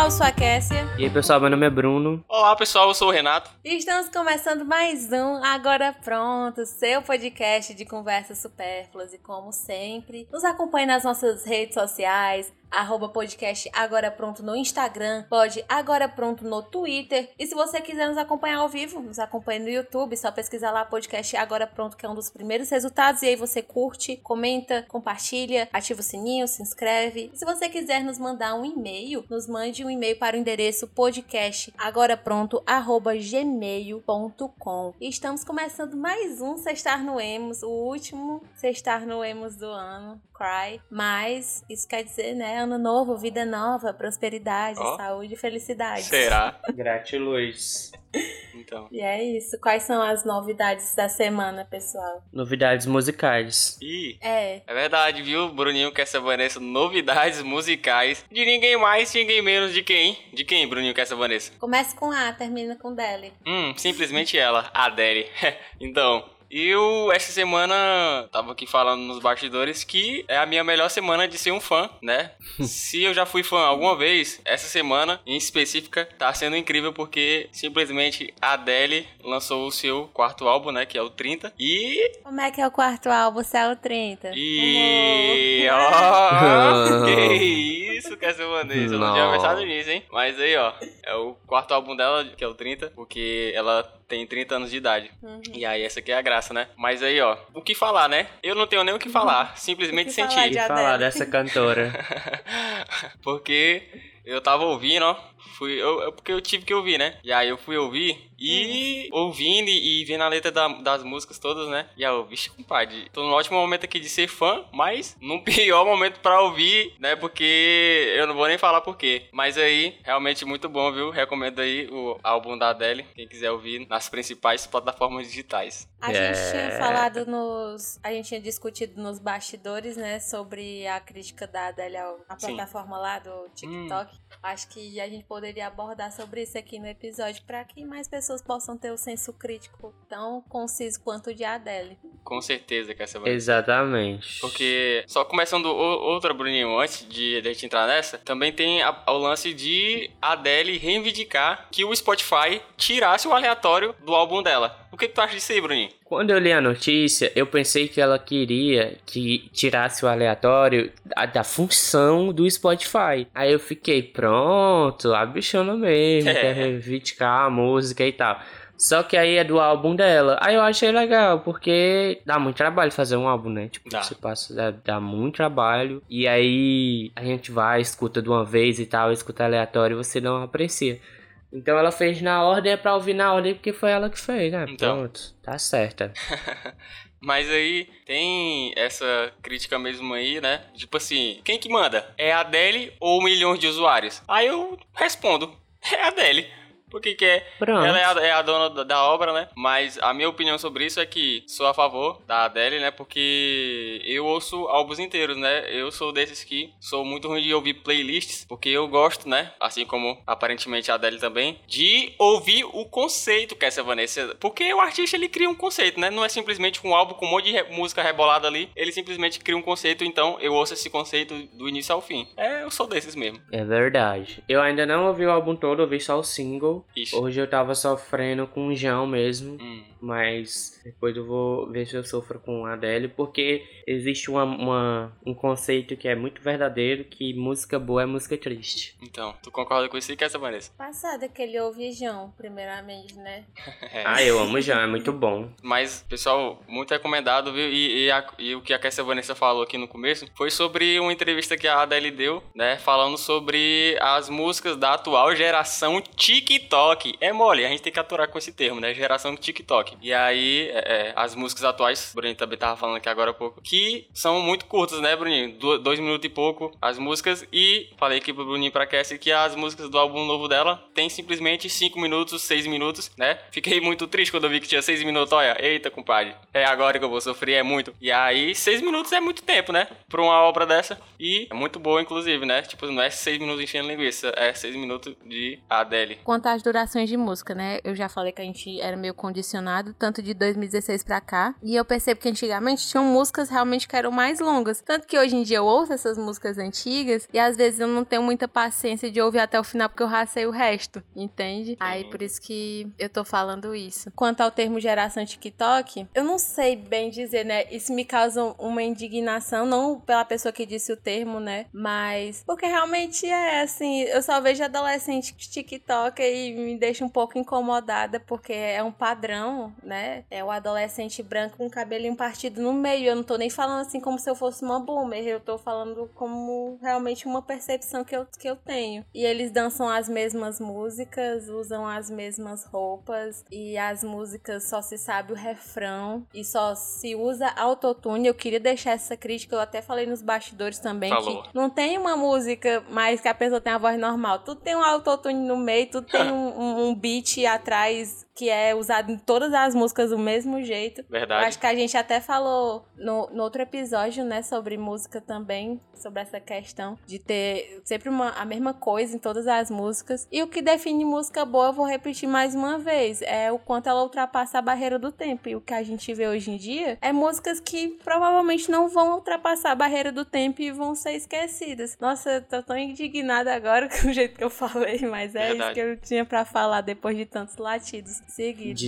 eu sou a Kessia. E aí, pessoal, meu nome é Bruno. Olá, pessoal, eu sou o Renato. E estamos começando mais um Agora Pronto, seu podcast de conversas supérfluas. E como sempre, nos acompanhe nas nossas redes sociais, @podcast Agora Pronto no Instagram, pode Agora Pronto no Twitter. E se você quiser nos acompanhar ao vivo, nos acompanhe no YouTube, só pesquisar lá podcast Agora Pronto, que é um dos primeiros resultados. E aí você curte, comenta, compartilha, ativa o sininho, se inscreve. E se você quiser nos mandar um e-mail, nos mande um e-mail para o endereço podcastagorapronto@gmail.com. E estamos começando mais um Sextar no Emos, o último Sextar no Emos do ano, Cry. Mas isso quer dizer, né, ano novo, vida nova, prosperidade, saúde e felicidade. Será? Gratiluz. Então. E é isso. Quais são as novidades da semana, pessoal? Novidades musicais. É verdade, viu? Bruninho quer essa Vanessa, novidades musicais de ninguém mais, ninguém menos de quem? De quem, Bruninho quer essa Vanessa? Começa com A, termina com Deli. Simplesmente ela, a Adele. Então, eu essa semana tava aqui falando nos bastidores que é a minha melhor semana de ser um fã, né? Se eu já fui fã alguma vez, essa semana em específica tá sendo incrível porque simplesmente a Adele lançou o seu quarto álbum, né? Que é o 30. E... Como é que é o quarto álbum, se é o 30? que isso, que essa Vanessa? Eu não tinha pensado nisso, hein? Mas aí, ó, é o quarto álbum dela, que é o 30, porque ela tem 30 anos de idade. E aí, essa aqui é a graça, né? Mas aí, ó, o que falar, né? Eu não tenho nem o que falar, simplesmente sentir. E falar dessa cantora. Porque eu tava ouvindo, ó. Porque eu tive que ouvir, né? E aí eu fui ouvir e ouvindo e vendo a letra das músicas todas, né? E aí eu, vixe, compadre, tô num ótimo momento aqui de ser fã, mas num pior momento pra ouvir, né? Porque eu não vou nem falar por quê. Mas aí, realmente muito bom, viu? Recomendo aí o álbum da Adele, quem quiser ouvir nas principais plataformas digitais. A gente tinha falado a gente tinha discutido nos bastidores, né? Sobre a crítica da Adele à plataforma lá do TikTok. Acho que a gente poderia abordar sobre isso aqui no episódio para que mais pessoas possam ter o senso crítico tão conciso quanto o de Adele. Com certeza que essa vai. Exatamente. Porque, só começando outra, Bruninho, antes de a gente entrar nessa, também tem o lance de Adele reivindicar que o Spotify tirasse o aleatório do álbum dela. O que tu acha disso aí, Bruninho? Quando eu li a notícia, eu pensei que ela queria que tirasse o aleatório da função do Spotify. Aí eu fiquei, pronto, a bichona mesmo, quer reivindicar a música e tal. Só que aí é do álbum dela. Aí eu achei legal, porque dá muito trabalho fazer um álbum, né? Tipo, você passa, dá muito trabalho. E aí a gente vai, escuta de uma vez e tal, escuta aleatório e você não aprecia. Então ela fez na ordem, é pra ouvir na ordem, porque foi ela que fez, né? Então. Pronto, tá certa. Mas aí tem essa crítica mesmo aí, né? Tipo assim, quem que manda? É a Adele ou milhões de usuários? Aí eu respondo, é a Adele. Porque ela é a dona da obra, né? Mas a minha opinião sobre isso é que sou a favor da Adele, né? Porque eu ouço álbuns inteiros, né? Eu sou desses que sou muito ruim de ouvir playlists, porque eu gosto, né? Assim como aparentemente a Adele também, de ouvir o conceito que é essa Vanessa. Porque o artista, ele cria um conceito, né? Não é simplesmente um álbum com um monte de música rebolada ali. Ele simplesmente cria um conceito, então eu ouço esse conceito do início ao fim. Eu sou desses mesmo. É verdade. Eu ainda não ouvi o álbum todo, ouvi só o single. Ixi. Hoje eu tava sofrendo com o João mesmo, mas depois eu vou ver se eu sofro com a Adele, porque existe um conceito que é muito verdadeiro, que música boa é música triste. Então, tu concorda com isso e quer essa Vanessa? Passada que ele ouve João, primeiramente, né? Eu amo o João, é muito bom. Mas, pessoal, muito recomendado, viu? E o que a Kessia Vanessa falou aqui no começo foi sobre uma entrevista que a Adele deu, né? Falando sobre as músicas da atual geração TikTok. É mole, a gente tem que aturar com esse termo, né? Geração TikTok. E aí, as músicas atuais, o Bruninho também tava falando aqui agora há pouco, que são muito curtas, né, Bruninho? 2 minutos e pouco as músicas. E falei aqui pro Bruninho e pra Cassie que as músicas do álbum novo dela tem simplesmente 5 minutos, 6 minutos, né? Fiquei muito triste quando eu vi que tinha 6 minutos. Olha, eita, compadre, é agora que eu vou sofrer, é muito. E aí, 6 minutos é muito tempo, né? Pra uma obra dessa. E é muito boa, inclusive, né? Tipo, não é 6 minutos enchendo linguiça, é 6 minutos de Adele. Quanto às durações de música, né? Eu já falei que a gente era meio condicionado decepcionado, tanto de 2016 pra cá. E eu percebo que antigamente tinham músicas realmente que eram mais longas. Tanto que hoje em dia eu ouço essas músicas antigas e às vezes eu não tenho muita paciência de ouvir até o final porque eu racei o resto, entende? Aí por isso que eu tô falando isso. Quanto ao termo geração TikTok, eu não sei bem dizer, né? Isso me causa uma indignação, não pela pessoa que disse o termo, né? Mas porque realmente é assim, eu só vejo adolescente TikTok e me deixa um pouco incomodada porque é um padrão, né? É o adolescente branco com cabelinho partido no meio. Eu não tô nem falando assim como se eu fosse uma boomer, eu tô falando como realmente uma percepção que eu tenho. E eles dançam as mesmas músicas, usam as mesmas roupas e as músicas só se sabe o refrão e só se usa autotune. Eu queria deixar essa crítica, eu até falei nos bastidores também, que não tem uma música mais que a pessoa tem a voz normal. Tudo tem um autotune no meio, tudo tem um beat atrás que é usado em todas as músicas do mesmo jeito. Verdade. Eu acho que a gente até falou no outro episódio, né, sobre música também, sobre essa questão de ter sempre a mesma coisa em todas as músicas. E o que define música boa, eu vou repetir mais uma vez, é o quanto ela ultrapassa a barreira do tempo. E o que a gente vê hoje em dia é músicas que provavelmente não vão ultrapassar a barreira do tempo e vão ser esquecidas. Nossa, eu tô tão indignada agora com o jeito que eu falei, mas é Verdade. Isso que eu tinha pra falar depois de tantos latidos seguidos.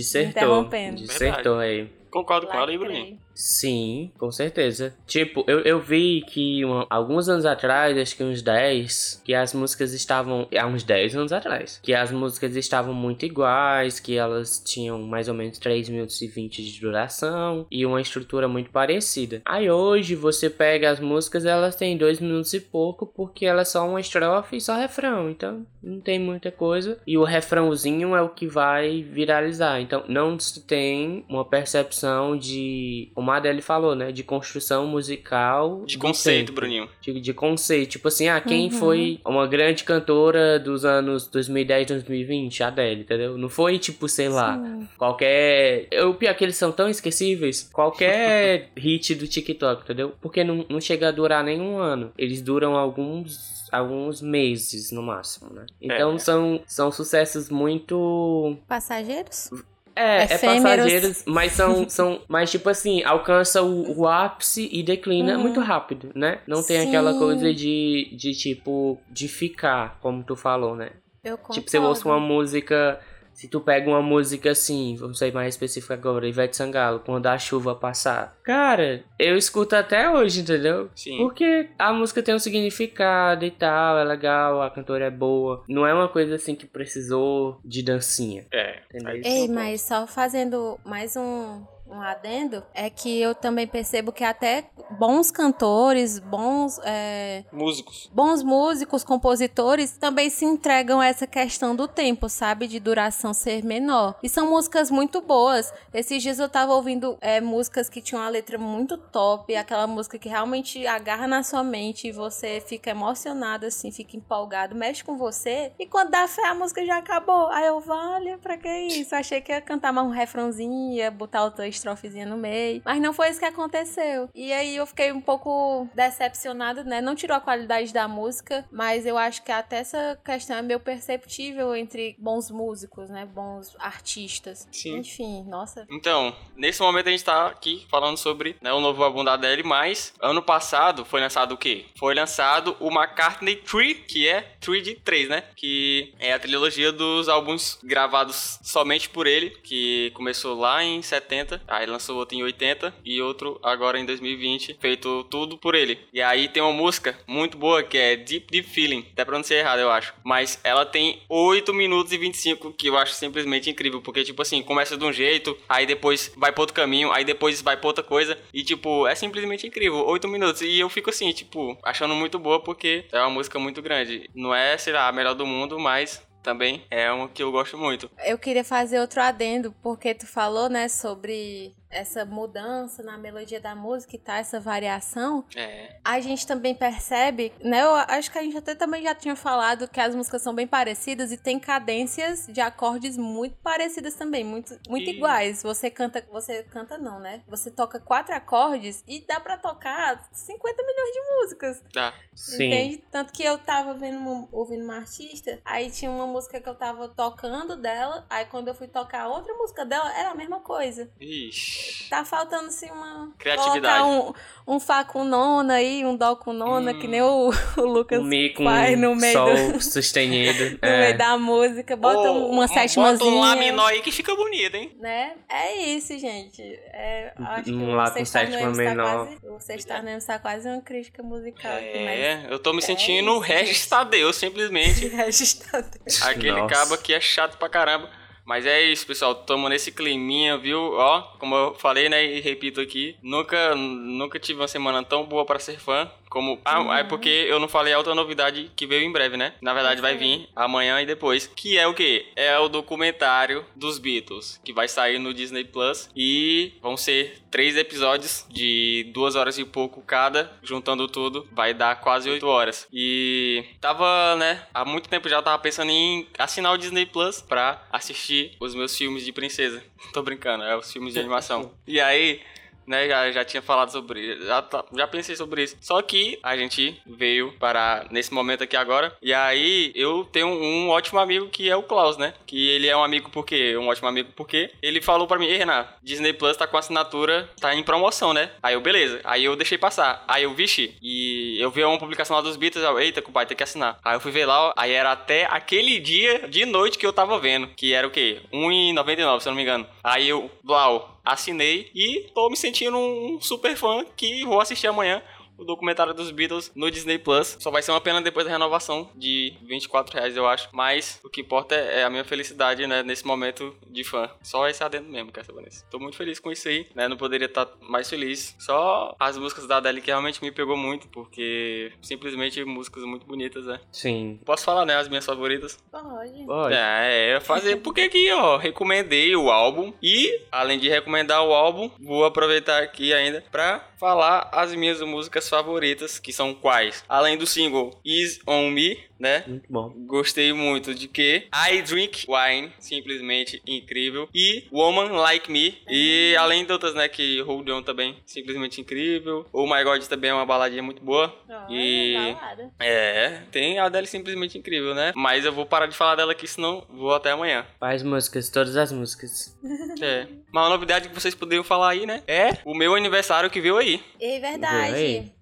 Dissertou aí. Concordo com ela e Bruninho. Sim, com certeza. Tipo, eu vi que alguns anos atrás, acho que uns 10, que as músicas estavam... Há uns 10 anos atrás. Que as músicas estavam muito iguais, que elas tinham mais ou menos 3 minutos e 20 de duração e uma estrutura muito parecida. Aí hoje você pega as músicas, elas têm 2 minutos e pouco, porque elas são uma estrofe e só refrão. Então, não tem muita coisa. E o refrãozinho é o que vai viralizar. Então, não se tem uma percepção de, como a Adele falou, né, de construção musical. De conceito, tempo. Bruninho. De conceito. Tipo assim, quem foi uma grande cantora dos anos 2010, 2020? A Adele, entendeu? Não foi tipo, sei lá, qualquer... O pior é que eles são tão esquecíveis. Qualquer hit do TikTok, entendeu? Porque não chega a durar nem um ano. Eles duram alguns meses no máximo, né? Então são sucessos muito... Passageiros? É passageiros, mas mas tipo assim, alcança o ápice e declina muito rápido, né? Não tem aquela coisa de tipo, de ficar, como tu falou, né? Eu concordo. Tipo, você ouça uma música, se tu pega uma música assim, vamos ser mais específico agora, Ivete Sangalo, Quando a Chuva Passar. Cara, eu escuto até hoje, entendeu? Sim. Porque a música tem um significado e tal, é legal, a cantora é boa. Não é uma coisa assim que precisou de dancinha. Entendeu? Ei, mas só fazendo mais um adendo, é que eu também percebo que até bons cantores, bons músicos, compositores, também se entregam a essa questão do tempo, sabe? De duração ser menor. E são músicas muito boas. Esses dias eu tava ouvindo músicas que tinham uma letra muito top, aquela música que realmente agarra na sua mente e você fica emocionado, assim, fica empolgado, mexe com você. E quando dá fé, a música já acabou. Aí eu, vale, pra que isso? Eu achei que ia cantar mais um refrãozinho, ia botar outra estrofezinha no meio, mas não foi isso que aconteceu. E aí eu fiquei um pouco decepcionada, né? Não tirou a qualidade da música, mas eu acho que até essa questão é meio perceptível entre bons músicos, né? Bons artistas. Sim. Enfim, nossa. Então, nesse momento a gente tá aqui falando sobre, né, o novo álbum da Adele, mas ano passado foi lançado o quê? Foi lançado o McCartney 3, que é 3 de 3, né? Que é a trilogia dos álbuns gravados somente por ele, que começou lá em 70, aí lançou outro em 80 e outro agora em 2020, feito tudo por ele. E aí tem uma música muito boa que é Deep Deep Feeling, até pronunciei errado eu acho, mas ela tem 8 minutos e 25, que eu acho simplesmente incrível, porque tipo assim, começa de um jeito, aí depois vai pra outro caminho, aí depois vai pra outra coisa, e tipo, é simplesmente incrível, 8 minutos, e eu fico assim, tipo, achando muito boa, porque é uma música muito grande. Não é, sei lá, a melhor do mundo, mas também é uma que eu gosto muito. Eu queria fazer outro adendo, porque tu falou, né, sobre essa mudança na melodia da música e tá, essa variação, É. a gente também percebe, né? Eu acho que a gente até também já tinha falado que as músicas são bem parecidas e tem cadências de acordes muito parecidas também, muito iguais. Você canta não, né? Você toca 4 acordes e dá pra tocar 50 milhões de músicas. Tá. Sim. Entende? Tanto que eu tava ouvindo uma artista, aí tinha uma música que eu tava tocando dela, aí quando eu fui tocar outra música dela, era a mesma coisa. Ixi. Tá faltando assim uma... Criatividade. Colocar um Fá com nona aí, um Dó com nona, que nem o Lucas Um Mi com faz no meio Sol sustenido. no meio da música. Bota uma sétimazinha. Bota um Lá menor aí que fica bonito, hein? Né? É isso, gente. Acho que Um Lá o com Sextar sétima no menor. O Sextar no está quase uma crítica musical aqui, mas... Eu tô me sentindo Regis Tadeu, simplesmente. Registrado. Aquele Nossa. cabo aqui é chato pra caramba. Mas é isso, pessoal. Tamo nesse climinha, viu? Ó, como eu falei, né? E repito aqui. Nunca tive uma semana tão boa pra ser fã. Como... é porque eu não falei a outra novidade que veio em breve, né? Na verdade, vai vir amanhã e depois. Que é o quê? É o documentário dos Beatles. Que vai sair no Disney Plus. E vão ser 3 episódios de 2 horas e pouco cada. Juntando tudo, vai dar quase 8 horas. E tava, né? Há muito tempo já tava pensando em assinar o Disney Plus pra assistir os meus filmes de princesa. Tô brincando, é os filmes de animação. E aí, né, já tinha falado sobre isso, já pensei sobre isso. Só que a gente veio parar nesse momento aqui agora. E aí eu tenho um ótimo amigo que é o Klaus, né? Que ele é um amigo porque um ótimo amigo porque ele falou pra mim: "Ei, Renan, Disney Plus tá com assinatura, tá em promoção, né?" Aí eu, beleza. Aí eu deixei passar. Aí eu, vixe, e eu vi uma publicação lá dos Beatles, eu, eita, compadre, tem que assinar. Aí eu fui ver lá, ó, aí era até aquele dia de noite que eu tava vendo, que era o quê? R$1,99, se eu não me engano. Aí eu, blau, assinei e tô me sentindo um super fã que vou assistir amanhã o documentário dos Beatles no Disney Plus. Só vai ser uma pena depois da renovação de R$24, eu acho. Mas o que importa é a minha felicidade, né, nesse momento de fã. Só esse adendo mesmo, quer Vanessa. Tô muito feliz com isso aí, né? Não poderia estar mais feliz. Só as músicas da Adele que realmente me pegou muito, porque simplesmente músicas muito bonitas, né? Sim. Posso falar, né, as minhas favoritas? Pode. Pode. Fazer, porque aqui, ó, recomendei o álbum e, além de recomendar o álbum, vou aproveitar aqui ainda pra falar as minhas músicas favoritas, que são quais? Além do single Is On Me, né? Muito bom. Gostei muito de que I Drink Wine, simplesmente incrível, e Woman Like Me, e além de outras, né, que Hold On também, simplesmente incrível. Oh My God também é uma baladinha muito boa. E balada. tem a Adele simplesmente incrível, né? Mas eu vou parar de falar dela aqui, senão vou até amanhã. Faz músicas, todas as músicas. Uma novidade que vocês poderiam falar aí, né? É o meu aniversário que veio aí. É Veio verdade. aí?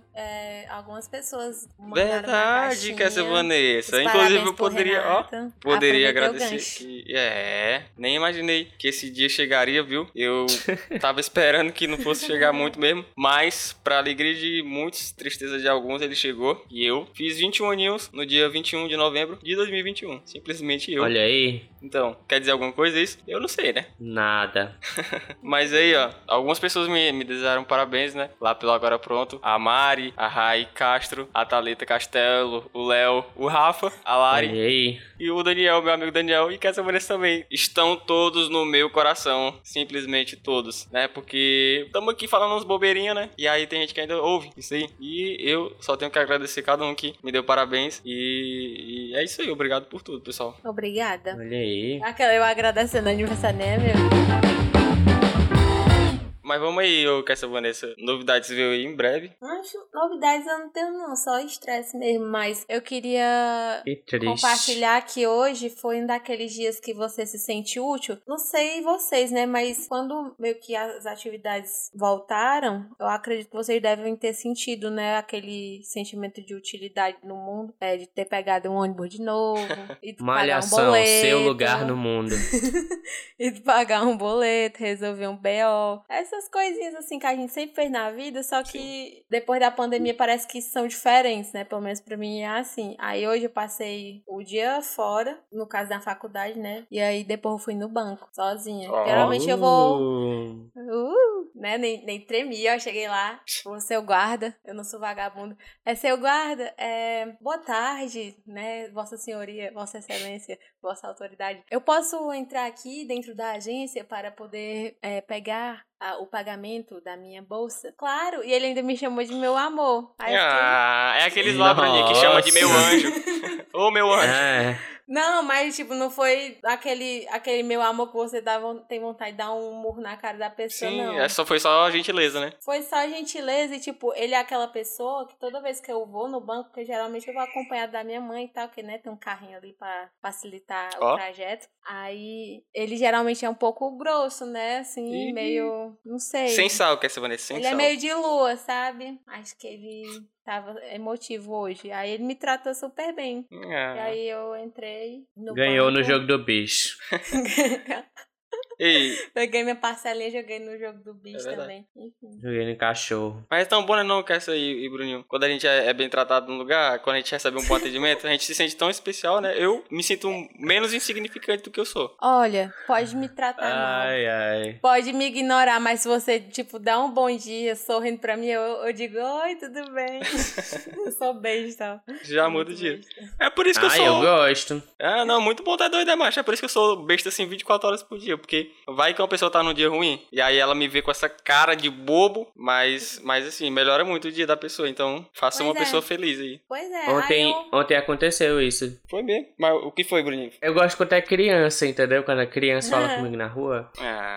Algumas pessoas mandaram uma Verdade, caixinha. que essa Vanessa. Os Inclusive parabéns eu por poderia, Renata. poderia Aproveitei o agradecer gancho. que nem imaginei que esse dia chegaria, viu? Eu tava esperando que não fosse chegar muito mesmo, mas pra alegria de muitos, tristeza de alguns, ele chegou e eu fiz 21 aninhos no dia 21 de novembro de 2021. Simplesmente eu. Olha aí. Então, quer dizer alguma coisa isso? Eu não sei, né? Nada. Mas aí, ó, algumas pessoas me desejaram parabéns, né? Lá pelo Agora Pronto. A Mari, a Rai Castro, a Thalita Castelo, o Léo, o Rafa, a Lari Olha aí. e o Daniel, meu amigo Daniel, e que essa Vanessa também. Estão todos no meu coração. Simplesmente todos, né? Porque estamos aqui falando uns bobeirinhas, né? E aí tem gente que ainda ouve isso aí. E eu só tenho que agradecer cada um que me deu parabéns. E é isso aí. Obrigado por tudo, pessoal. Obrigada. Olha aí. Aquela eu agradecendo o aniversário, né, meu? Mas vamos aí, que essa Vanessa. Novidades veio aí em breve. Acho novidades eu não tenho não, só estresse mesmo, mas eu queria Que triste. compartilhar que hoje foi um daqueles dias que você se sente útil. Não sei vocês, né, mas quando meio que as atividades voltaram, eu acredito que vocês devem ter sentido, né, aquele sentimento de utilidade no mundo, de ter pegado um ônibus de novo, e de pagar um Malhação, boleto. seu lugar no mundo. E de pagar um boleto, resolver um BO. Essas coisinhas assim que a gente sempre fez na vida, só que depois da pandemia parece que são diferentes, né? Pelo menos pra mim é assim. Aí hoje eu passei o dia fora, no caso da faculdade, né? E aí depois eu fui no banco, sozinha. Geralmente eu vou... né? Nem tremi, ó. Cheguei lá, o seu guarda, eu não sou vagabundo. Seu guarda, boa tarde, né? Vossa Senhoria, Vossa Excelência, Vossa Autoridade. Eu posso entrar aqui dentro da agência para poder pegar o pagamento da minha bolsa. Claro, e ele ainda me chamou de meu amor. Aí é aqueles lá, Bruninho, que chama de meu anjo. Ô, meu anjo. Não, mas, tipo, não foi aquele meu amor que você tem vontade de dar um murro na cara da pessoa, não. Sim, foi só a gentileza, né? Foi só gentileza e, tipo, ele é aquela pessoa que toda vez que eu vou no banco, porque geralmente eu vou acompanhado da minha mãe e tal, que, né, tem um carrinho ali pra facilitar o trajeto. Aí, ele geralmente é um pouco grosso, né, assim, meio, não sei. Sem sal, quer ser, Vanessa? Sem sal. Ele é meio de lua, sabe? Acho que ele tava emotivo hoje. Aí ele me tratou super bem. E aí eu entrei no Ganhou banco. No jogo do bicho. Peguei minha parcelinha, joguei no jogo do bicho também. Enfim. Joguei no cachorro. Mas é tão bom, né, não, que essa aí, Bruninho. Quando a gente é bem tratado num lugar, quando a gente recebe um bom atendimento, a gente se sente tão especial, né? Eu me sinto menos insignificante do que eu sou. Olha, pode me tratar mal. Pode me ignorar, mas se você, tipo, dá um bom dia sorrindo pra mim, eu digo, oi, tudo bem? Eu sou beijo e tal. Já muda o dia. É por isso que eu sou... eu gosto. Não, muito bom, tá doido, macho. É por isso que eu sou besta, assim, 24 horas por dia, porque vai que uma pessoa tá num dia ruim, e aí ela me vê com essa cara de bobo, mas assim, melhora muito o dia da pessoa, então faça uma pessoa feliz aí. Pois é. Ontem aconteceu isso. Foi mesmo. Mas o que foi, Bruninho? Eu gosto quando é criança, entendeu? Quando a criança fala comigo na rua.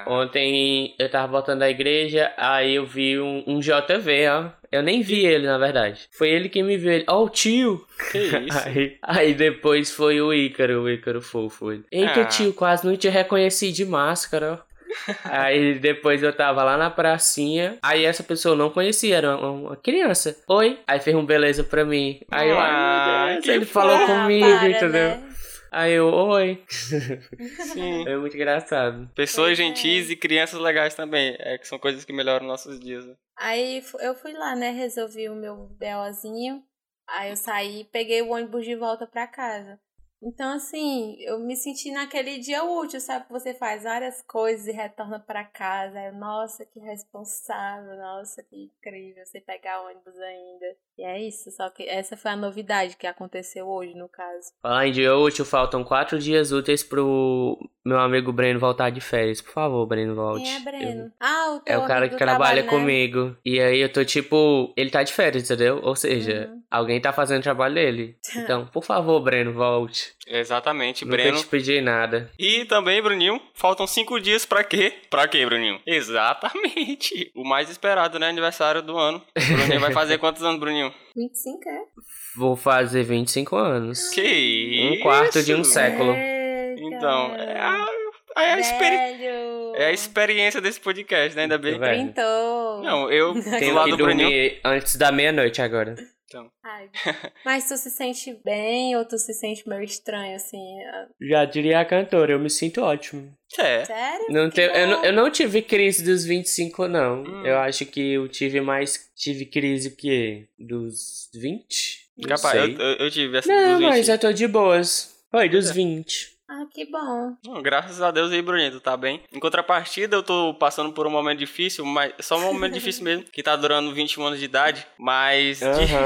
Ontem eu tava voltando da igreja, aí eu vi um JV, ó. Eu nem vi ele, na verdade. Foi ele que me viu. Ó, o tio! Que isso? Aí depois foi o Ícaro fofo. Eita, tio, quase não te reconheci de máscara, ó. Aí depois eu tava lá na pracinha. Aí essa pessoa eu não conhecia, era uma criança. Oi? Aí fez um beleza pra mim. Aí eu, meu Deus, ele falou comigo, entendeu? Né? Aí eu, oi. Sim. É muito engraçado. Pessoas gentis e crianças legais também. Que são coisas que melhoram nossos dias. Né? Aí eu fui lá, né? Resolvi o meu BOzinho. Aí eu saí, peguei o ônibus de volta pra casa. Então, assim, eu me senti naquele dia útil, sabe? Que você faz várias coisas e retorna pra casa. Aí, nossa, que responsável, nossa, que incrível você pegar ônibus ainda. E é isso, só que essa foi a novidade que aconteceu hoje, no caso. Falar em dia útil, faltam 4 dias úteis pro meu amigo Breno voltar de férias. Por favor, Breno, volte. Quem é Breno? O teu o cara que trabalha comigo. Né? E aí eu tô tipo, ele tá de férias, entendeu? Ou seja, alguém tá fazendo o trabalho dele. Então, por favor, Breno, volte. Exatamente, Breno. Não te pedir nada. E também, Bruninho, faltam 5 dias pra quê? Pra quê, Bruninho? Exatamente. O mais esperado, né? Aniversário do ano. O Bruninho vai fazer quantos anos, Bruninho? 25, é? Vou fazer 25 anos. Que isso? Um quarto de um século. Então, é a experiência desse podcast, né? Ainda bem. Printou. Não, eu tenho que dormir antes da meia-noite agora. Então. Mas tu se sente bem ou tu se sente meio estranho, assim? Já diria a cantora, eu me sinto ótimo. Sério? Eu não tive crise dos 25, não. Eu acho que eu tive crise que dos 20? Capaz, eu tive essa dos 20. Não, mas eu tô de boas. Foi dos 20. Que bom. Graças a Deus aí, Bruninho, tu tá bem. Em contrapartida, eu tô passando por um momento difícil, mas só um momento difícil mesmo, que tá durando 21 anos de idade, mas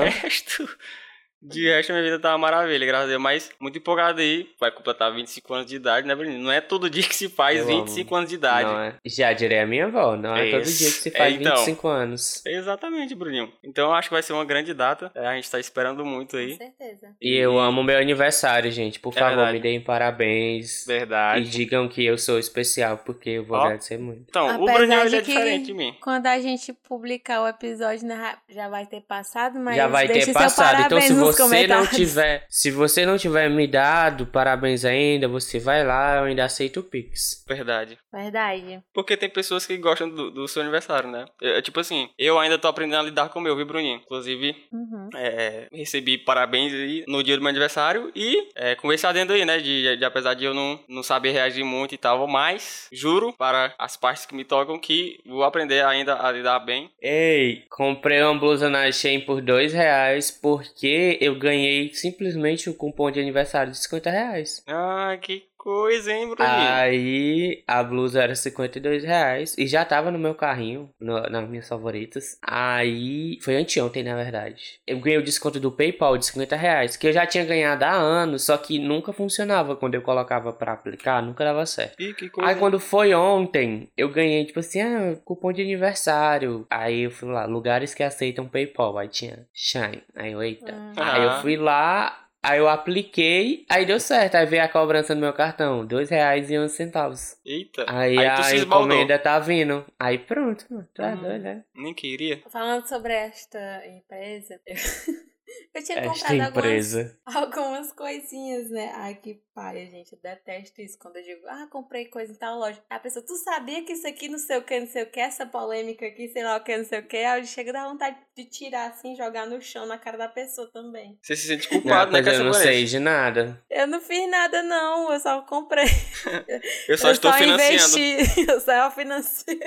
de resto, minha vida tá uma maravilha, graças a Deus. Mas muito empolgado aí, vai completar 25 anos de idade, né, Bruninho? Não é todo dia que se faz 25 anos de idade. Não é. Já direi a minha avó, não é todo dia que se faz 25 anos. Exatamente, Bruninho. Então, eu acho que vai ser uma grande data. A gente tá esperando muito aí. Com certeza. E eu amo meu aniversário, gente. Por favor, me deem parabéns. Verdade. E digam que eu sou especial, porque eu vou agradecer muito. Então, apesar o Bruninho ele é diferente de mim. Quando a gente publicar o episódio, já vai ter passado, mas já vai ter passado. Então, se você não tiver me dado parabéns ainda, você vai lá, eu ainda aceito o Pix. Verdade. Porque tem pessoas que gostam do seu aniversário, né? Tipo assim, eu ainda tô aprendendo a lidar com o meu, viu, Bruninho? Inclusive, recebi parabéns aí no dia do meu aniversário e com esse adendo aí, né? De apesar de eu não saber reagir muito e tal, mas juro para as partes que me tocam que vou aprender ainda a lidar bem. Ei, comprei uma blusa na Shein por R$2 porque eu ganhei simplesmente o cupom de aniversário de R$50. Que coisa, hein, Bruninho? Aí a blusa era R$52 e já tava no meu carrinho, nas minhas favoritas. Aí foi anteontem, na verdade. Eu ganhei o desconto do PayPal de R$50, que eu já tinha ganhado há anos, só que nunca funcionava quando eu colocava pra aplicar, nunca dava certo. Ih, que coisa. Aí quando foi ontem, eu ganhei tipo assim, cupom de aniversário. Aí eu fui lá, lugares que aceitam PayPal. Aí tinha Shine. Aí eu, eita. Aí eu fui lá. Aí eu apliquei, aí deu certo. Aí veio a cobrança no meu cartão, R$2,11. Eita. Aí tu a se esbaldou. encomenda tá vindo. Aí pronto, mano. Tu é doido, né? Nem queria. Falando sobre esta empresa, eu tinha Esta comprado empresa. algumas coisinhas, né? Ai, que paia, gente. Eu detesto isso quando eu digo, comprei coisa em tal loja. Aí a pessoa, tu sabia que isso aqui não sei o que, essa polêmica aqui, sei lá o que, não sei o que. Aí chega a dar vontade de tirar assim, jogar no chão na cara da pessoa também. Você se sente culpado, né, Mas eu Cássia não Vanessa? sei de nada. Eu não fiz nada, não. Eu só comprei. Eu só estou financiando. Investi. Eu só financiei.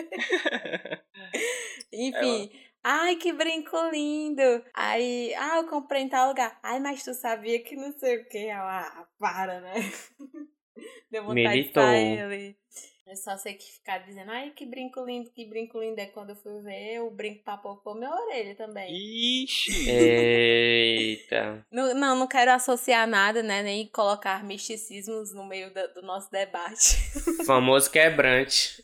Enfim. Ai, que brinco lindo. Aí, eu comprei em tal lugar. Ai, mas tu sabia que não sei o que. Para, né? Deu vontade Militou. de sair ali. Eu só sei que ficar dizendo, ai, que brinco lindo. É quando eu fui ver, o brinco papou minha orelha também. Ixi. Eita. Não quero associar nada, né? Nem colocar misticismos no meio do nosso debate. Famoso quebrante.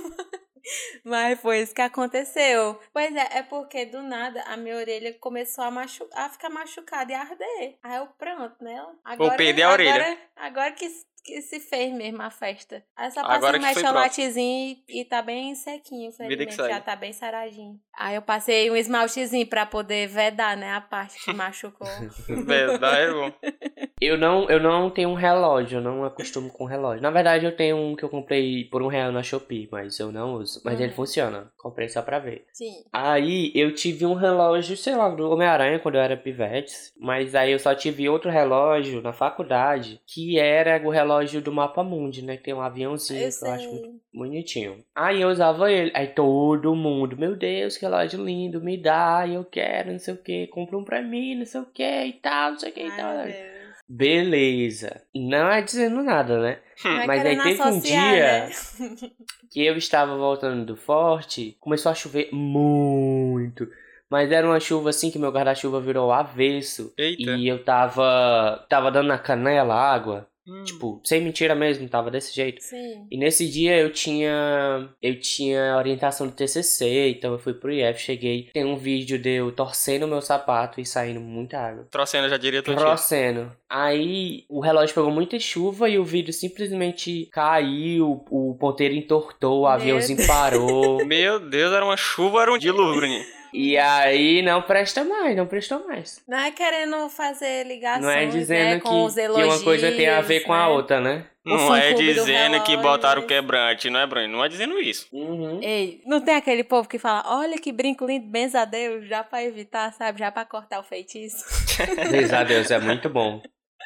Mas foi isso que aconteceu. Pois é porque do nada a minha orelha começou a ficar machucada e a arder. Aí eu, pronto, né? Vou perder a orelha. Agora que se fez mesmo a festa. Aí só Agora passei um que foi mecholatezinho e tá bem sequinho, felizmente. segue. Já tá bem saradinho. Aí eu passei um esmaltezinho pra poder vedar, né? A parte que machucou. Verdade, é bom. Eu não tenho um relógio, eu não acostumo com relógio. Na verdade, eu tenho um que eu comprei por R$1 na Shopee, mas eu não uso. Mas ele funciona. Comprei só pra ver. Sim. Aí eu tive um relógio, sei lá, do Homem-Aranha quando eu era pivete. Mas aí eu só tive outro relógio na faculdade, que era o relógio do Mapa Mundi, né? Que tem um aviãozinho Eu que eu acho sei. muito bonitinho. Aí eu usava ele. Aí todo mundo, meu Deus, que relógio lindo, me dá, eu quero, não sei o que, compra um pra mim, não sei o que e tal, não sei o que e tal. Ai, meu Deus. Beleza. Não é dizendo nada, né? Não é Mas aí querendo teve um associar, dia né? que eu estava voltando do forte, começou a chover muito. Mas era uma chuva assim que meu guarda-chuva virou avesso. Eita. E eu tava dando na canela água. Tipo, sem mentira mesmo, tava desse jeito. Sim. E nesse dia eu tinha orientação do TCC, então eu fui pro IF, cheguei. Tem um vídeo de eu torcendo o meu sapato e saindo muita água. Trocendo, já diria tua tia. Torcendo. Aí o relógio pegou muita chuva e o vidro simplesmente caiu, o ponteiro entortou, o aviãozinho parou. Meu Deus, era uma chuva, era um dilúvio, Bruninho. E aí não prestou mais. Não é querendo fazer ligações, Não é dizendo né, com os que elogios, uma coisa tem a ver com a né? outra, né? Não é fã-clube do dizendo que relógio. botaram o quebrante, não é, Bruninho? Não é dizendo isso. Uhum. Ei, não tem aquele povo que fala, olha que brinco lindo, benza a Deus, já pra evitar, sabe? Já pra cortar o feitiço. Deus a Deus, é muito bom.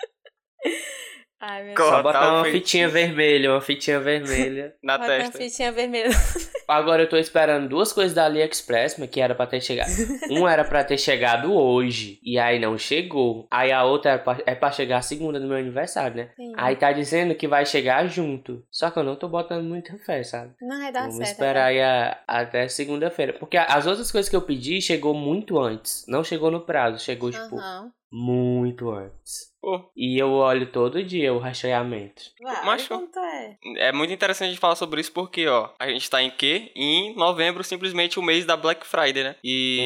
Ai, meu Corta Deus. Só botar uma feitiço. fitinha vermelha. Na Bota uma testa. fitinha vermelha. Agora eu tô esperando duas coisas da AliExpress, mas que era pra ter chegado. Um era pra ter chegado hoje, e aí não chegou. Aí a outra é pra chegar a segunda do meu aniversário, né? Sim. Aí tá dizendo que vai chegar junto. Só que eu não tô botando muita fé, sabe? Não vai dar Vamos certo. esperar aí até segunda-feira. Porque as outras coisas que eu pedi chegou muito antes. Não chegou no prazo, chegou, tipo, Aham. muito antes. Pô, E eu olho todo dia o rastreamento. Vai, Macho. quanto é? é muito interessante a gente falar sobre isso porque, ó, a gente tá em quê? Em novembro, simplesmente o mês da Black Friday, né?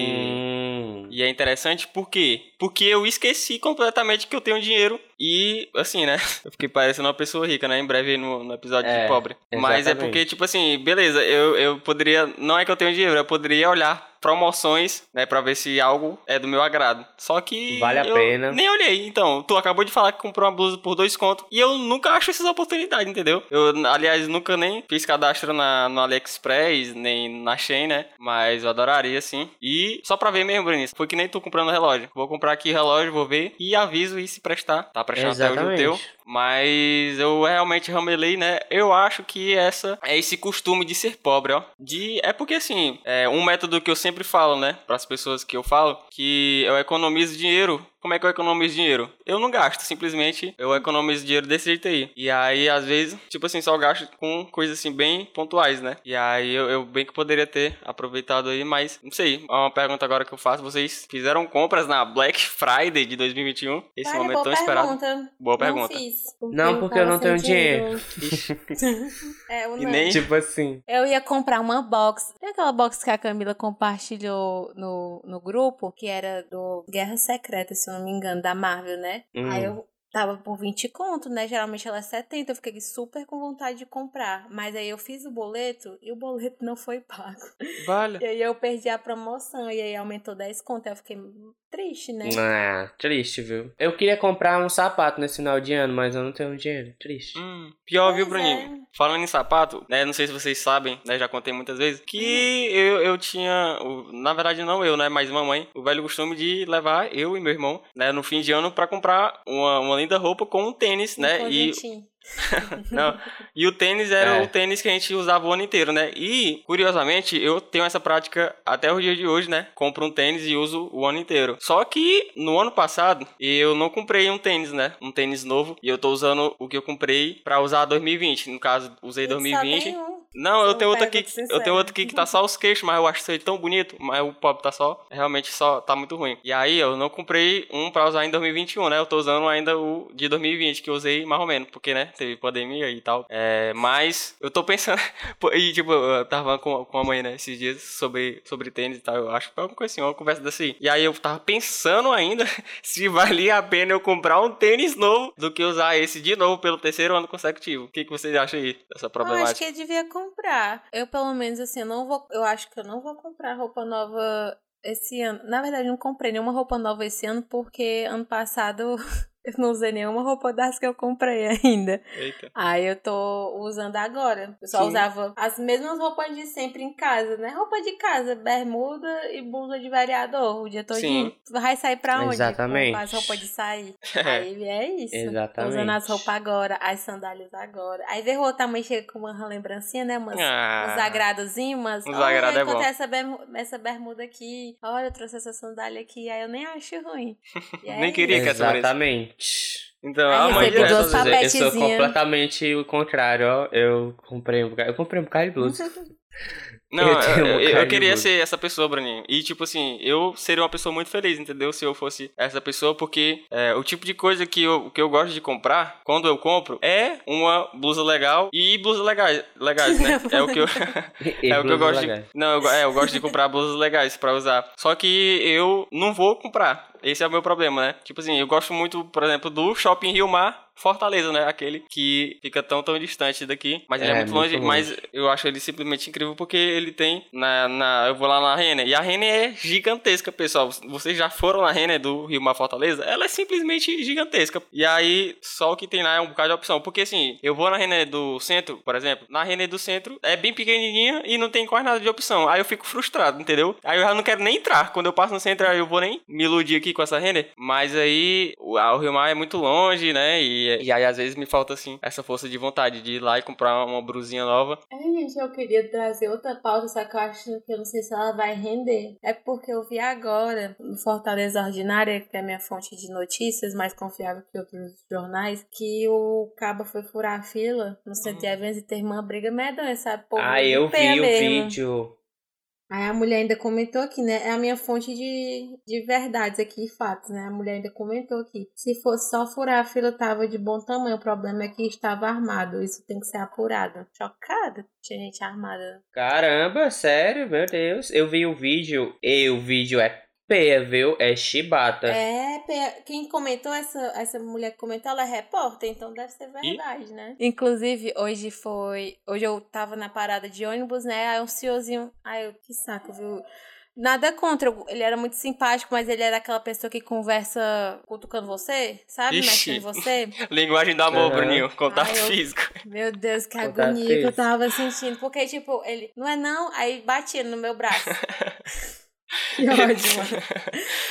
E é interessante por quê? Porque eu esqueci completamente que eu tenho dinheiro e, assim, né? Eu fiquei parecendo uma pessoa rica, né? Em breve aí no episódio de pobre. Mas é exatamente. porque, tipo assim, beleza, eu poderia... Não é que eu tenho dinheiro, eu poderia olhar promoções, né? Pra ver se algo é do meu agrado. Só que Vale a eu pena. nem olhei. Então, tu acabou de falar que comprou uma blusa por 2 contos e eu nunca acho essas oportunidades, entendeu? Eu, aliás, nunca nem fiz cadastro no AliExpress, nem na Shein, né? Mas eu adoraria, sim. E só pra ver mesmo, Bruninho, foi que nem tu comprando relógio. Vou comprar aqui relógio, vou ver e aviso e se prestar. Tá prestando até hoje o teu. Mas eu realmente ramelei, né? Eu acho que é esse costume de ser pobre, ó. É porque, assim, é um método que eu sempre falo, né? Para as pessoas que eu falo, que eu economizo dinheiro como é que eu economizo dinheiro? Eu não gasto, simplesmente eu economizo dinheiro desse jeito aí. E aí, às vezes, tipo assim, só gasto com coisas assim bem pontuais, né? E aí eu bem que poderia ter aproveitado aí, mas não sei. É uma pergunta agora que eu faço. Vocês fizeram compras na Black Friday de 2021? Esse Vale, momento boa tão esperado. pergunta. Boa pergunta. Não fiz. Não, porque eu não tenho dinheiro. Eu E não. nem... Tipo assim. Eu ia comprar uma box. Tem aquela box que a Camila compartilhou no grupo, que era do Guerra Secreta, se eu não me engano, da Marvel, né? Aí eu tava por 20 conto, né? Geralmente ela é 70, eu fiquei super com vontade de comprar. Mas aí eu fiz o boleto e o boleto não foi pago. Vale. E aí eu perdi a promoção e aí aumentou 10 conto. Aí eu fiquei triste, né? Ah, triste, viu? Eu queria comprar um sapato nesse final de ano, mas eu não tenho dinheiro. Triste. Pior, Pois viu, Bruninho? é. Falando em sapato, né? Não sei se vocês sabem, né? Já contei muitas vezes. Que eu tinha... na verdade, não eu, né? Mas mamãe. O velho costume de levar eu e meu irmão, né? No fim de ano pra comprar uma linda roupa com um tênis, né? E... Não. E o tênis era o tênis que a gente usava o ano inteiro, né? E, curiosamente, eu tenho essa prática até o dia de hoje, né? Compro um tênis e uso o ano inteiro. Só que, no ano passado, eu não comprei um tênis, né? Um tênis novo. E eu tô usando o que eu comprei pra usar 2020. No caso, usei 2020. Não, eu tenho outro aqui. Eu tenho outro aqui que tá só os queixos, mas eu acho ele tão bonito. Mas o pobre tá só. Realmente só tá muito ruim. E aí eu não comprei um pra usar em 2021, né? Eu tô usando ainda o de 2020, que eu usei mais ou menos. Porque, né? Teve pandemia e tal. Mas eu tô pensando. E tipo, eu tava com a mãe, né? Esses dias sobre tênis e tal. Eu acho que foi alguma coisa assim, uma conversa desse. E aí eu tava pensando ainda se valia a pena eu comprar um tênis novo do que usar esse de novo pelo terceiro ano consecutivo. O que vocês acham aí dessa problemática? Eu acho que eu devia comprar. Eu, pelo menos, assim, eu acho que eu não vou comprar roupa nova esse ano. Na verdade, eu não comprei nenhuma roupa nova esse ano, porque ano passado eu não usei nenhuma roupa das que eu comprei ainda. Eita. Aí eu tô usando agora. Eu só usava as mesmas roupas de sempre em casa, né? Roupa de casa, bermuda e blusa de vereador o dia todinho. Vai sair pra onde? Exatamente. Com as roupas de sair. Aí é isso. Exatamente. Tô usando as roupas agora, as sandálias agora. Aí ver o outro também chega com uma lembrancinha, né? Uns agradozinhos, umas... Uns agrado é bom. Essa bermuda aqui. Olha, eu trouxe essa sandália aqui. Aí eu nem acho ruim. Nem queria que essa Exatamente. Então, aí mãe eu sou completamente o contrário, ó. Eu comprei um bocado de blusa. Não, eu queria ser essa pessoa, Bruninho. E, tipo assim, eu seria uma pessoa muito feliz, entendeu? Se eu fosse essa pessoa, porque o tipo de coisa que eu gosto de comprar, quando eu compro, é uma blusa legal e blusas legais, né? É o que eu... é o que eu gosto de... Não, eu gosto de comprar blusas legais pra usar. Só que eu não vou comprar. Esse é o meu problema, né? Tipo assim, eu gosto muito, por exemplo, do Shopping Rio Mar Fortaleza, né? Aquele que fica tão daqui daqui. Mas ele é muito longe. Mas eu acho ele simplesmente incrível porque ele tem eu vou lá na Renner. E a Renner é gigantesca, pessoal. Vocês já foram na Renner do Rio Mar Fortaleza? Ela é simplesmente gigantesca. E aí, só o que tem lá é um bocado de opção. Porque assim, eu vou na Renner do centro, por exemplo. Na Renner do centro é bem pequenininha e não tem quase nada de opção. Aí eu fico frustrado, entendeu? Aí eu já não quero nem entrar. Quando eu passo no centro, eu vou nem me iludir aqui com essa Renner. Mas aí, o Rio Mar é muito longe, né? E aí, às vezes, me falta, assim, essa força de vontade de ir lá e comprar uma brusinha nova. Gente, eu queria trazer outra pauta, só que eu acho que eu não sei se ela vai render. É porque eu vi agora, no Fortaleza Ordinária, que é a minha fonte de notícias, mais confiável que outros jornais, que o caba foi furar a fila no centro de eventos e teve uma briga medonha, sabe? Eu vi o vídeo. Aí a mulher ainda comentou aqui, né? É a minha fonte de verdades aqui, fatos, né? A mulher ainda comentou aqui. Se fosse só furar a fila, tava de bom tamanho. O problema é que estava armado. Isso tem que ser apurado. Chocada. Tinha gente armada. Caramba, sério? Meu Deus. Eu vi o vídeo e o vídeo é peia, viu? É chibata. Quem comentou, essa mulher que comentou, ela é repórter, então deve ser verdade, né? Inclusive, hoje eu tava na parada de ônibus, né? Aí um senhorzinho, que saco, viu? Nada contra, ele era muito simpático, mas ele era aquela pessoa que conversa cutucando você, sabe? Mexendo em você. Linguagem do amor, Bruninho, contato físico. Meu Deus, que agonia que eu tava sentindo. Porque, tipo, ele, não é não, aí batia no meu braço. Que ódio, mano.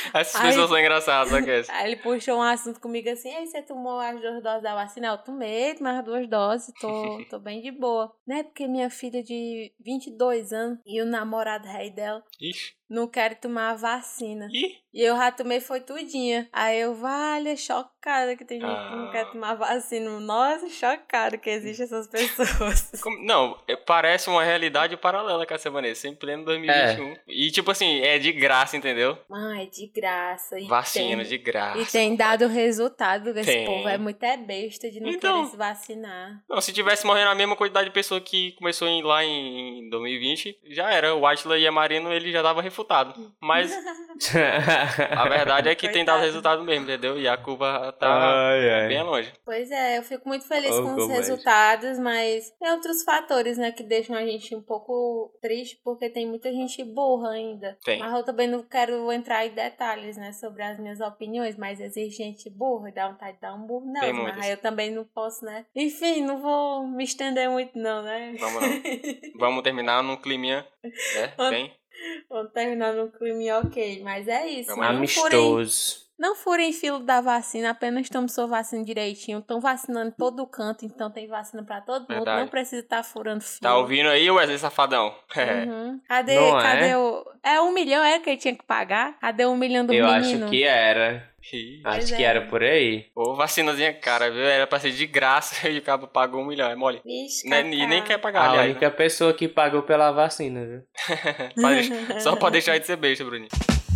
Essas pessoas são engraçadas, sabe? Aí ele puxou um assunto comigo assim, ei, você tomou as 2 doses da vacina? Eu tomei as 2 doses, tô bem de boa. Não é porque minha filha de 22 anos e o namorado rei dela Ixi. não querem tomar a vacina. Ih. E eu já tomei foi tudinha. Aí eu, vale, chocada que tem gente que não quer tomar vacina. Nossa, chocada que existem essas pessoas. Não, parece uma realidade paralela, Cássia Vanessa, em pleno 2021. E tipo assim, é de graça, entendeu? É de graça. Vacina de graça. E tem dado resultado. Esse Tem. povo é muito besta de não Então, querer se vacinar. Não, se tivesse morrendo a mesma quantidade de pessoa que começou lá em 2020, já era. O Atila e a Marino, ele já tava refutado. Mas a verdade é que tem dado resultado mesmo, entendeu? E a curva tá bem longe. Pois é, eu fico muito feliz com os comédia. resultados, mas tem outros fatores, né, que deixam a gente um pouco triste, porque tem muita gente burra ainda. Tem. Mas eu também não quero entrar em detalhes, né, sobre as minhas opiniões, mas existe gente burra e dá vontade de dar um burro Tem não, muitas. mas aí eu também não posso, né. Enfim, não vou me estender muito não, né. Vamos não. Vamos terminar num climinha, né? Bem. Vamos terminar no clima ok, mas é isso. Amistoso. Não furem filo da vacina, apenas tome sua vacina direitinho. Estão vacinando em todo canto, então tem vacina pra todo mundo. Verdade. Não precisa estar furando filo. Tá ouvindo aí, Wesley Safadão? Uhum. Cadê Não o... É 1 milhão, que ele tinha que pagar? Cadê 1 milhão do Eu menino? acho que era. Acho que era por aí. Ô, vacinazinha cara, viu? Era pra ser de graça e o cabo pagou 1 milhão, é mole. Vixe, E nem quer pagar, A aliás. única pessoa que pagou pela vacina, viu? Só pra deixar de ser besta, Bruninho.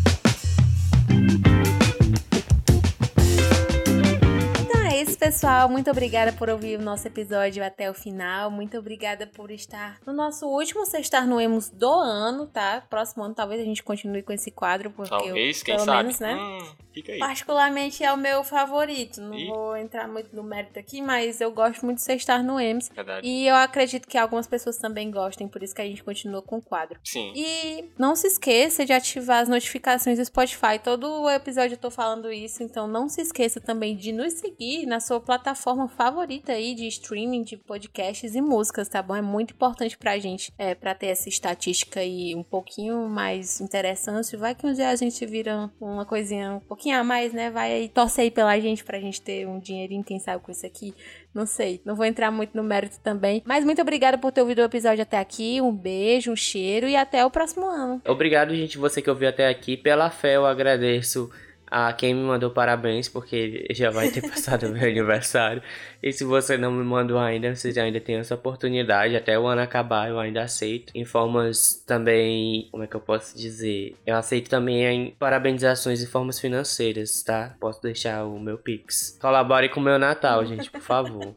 É isso, pessoal. Muito obrigada por ouvir o nosso episódio até o final. Muito obrigada por estar no nosso último Sextar no Emos do ano, tá? Próximo ano talvez a gente continue com esse quadro, porque Talvez, quem pelo sabe. menos, né? Fica aí. Particularmente é o meu favorito. Não vou entrar muito no mérito aqui, mas eu gosto muito de Sextar no Emos. Verdade. E eu acredito que algumas pessoas também gostem, por isso que a gente continua com o quadro. Sim. E não se esqueça de ativar as notificações do Spotify. Todo episódio eu tô falando isso, então não se esqueça também de nos seguir na sua plataforma favorita aí de streaming de podcasts e músicas, tá bom? É muito importante pra gente, pra ter essa estatística aí um pouquinho mais interessante. Vai que um dia a gente vira uma coisinha um pouquinho a mais, né? Vai aí, torce aí pela gente pra gente ter um dinheirinho, quem sabe, com isso aqui. Não sei, não vou entrar muito no mérito também. Mas muito obrigada por ter ouvido o episódio até aqui. Um beijo, um cheiro e até o próximo ano. Obrigado, gente, você que ouviu até aqui. Pela fé, eu agradeço a quem me mandou parabéns, porque já vai ter passado o meu aniversário. E se você não me mandou ainda, você ainda tem essa oportunidade. Até o ano acabar, eu ainda aceito. Em formas também, como é que eu posso dizer? Eu aceito também em parabenizações em formas financeiras, tá? Posso deixar o meu Pix. Colabore com o meu Natal, gente, por favor.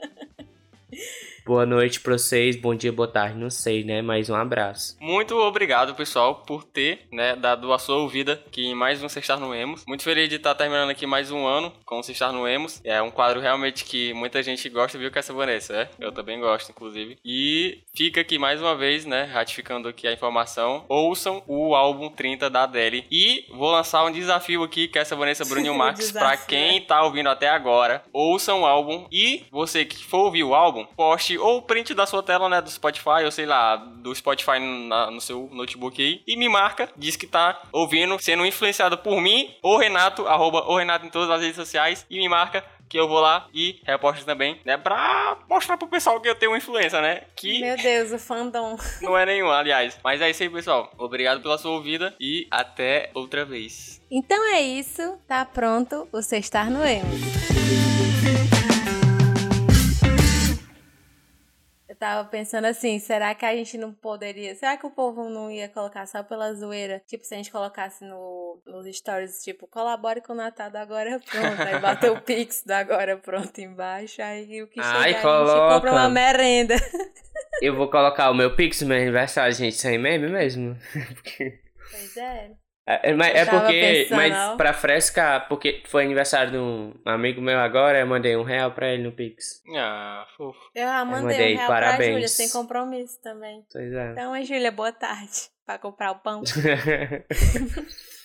Boa noite pra vocês, bom dia, boa tarde, não sei, né? Mas um abraço. Muito obrigado, pessoal, por ter, né, dado a sua ouvida aqui em mais um Sextar no Emos. Muito feliz de estar terminando aqui mais um ano com o Sextar no Emos. É um quadro realmente que muita gente gosta, viu, Cássia Vanessa, né? Eu também gosto, inclusive. E fica aqui mais uma vez, né, ratificando aqui a informação. Ouçam o álbum 30 da Adele. E vou lançar um desafio aqui, Cássia Vanessa, Bruninho Max, pra quem tá ouvindo até agora. Ouçam o álbum e você que for ouvir o álbum, poste ou print da sua tela, né, do Spotify, ou sei lá, do Spotify no seu notebook aí, e me marca, diz que tá ouvindo, sendo influenciado por mim, ou Renato, @o Renato em todas as redes sociais, e me marca, que eu vou lá e reposto também, né, pra mostrar pro pessoal que eu tenho influência, né, que... Meu Deus, o fandom. Não é nenhum, aliás. Mas é isso aí, pessoal. Obrigado pela sua ouvida e até outra vez. Então é isso, tá pronto o Sextar no Emos. Eu tava pensando assim, será que a gente não poderia... Será que o povo não ia colocar só pela zoeira? Tipo, se a gente colocasse nos stories, tipo, colabore com o Natal do Agora Pronto. Aí bota o Pix do Agora Pronto embaixo, aí o que chegar a gente compra uma merenda. Eu vou colocar o meu Pix no meu aniversário, gente, sem meme mesmo. Pois é. É porque, pensando, mas pra frescar, porque foi aniversário de um amigo meu agora, eu mandei R$1 pra ele no Pix. Ah, fofo. Eu já mandei mandei, R$1 parabéns. pra Júlia, sem compromisso também. Pois é. Então, Júlia, boa tarde. Pra comprar o pão.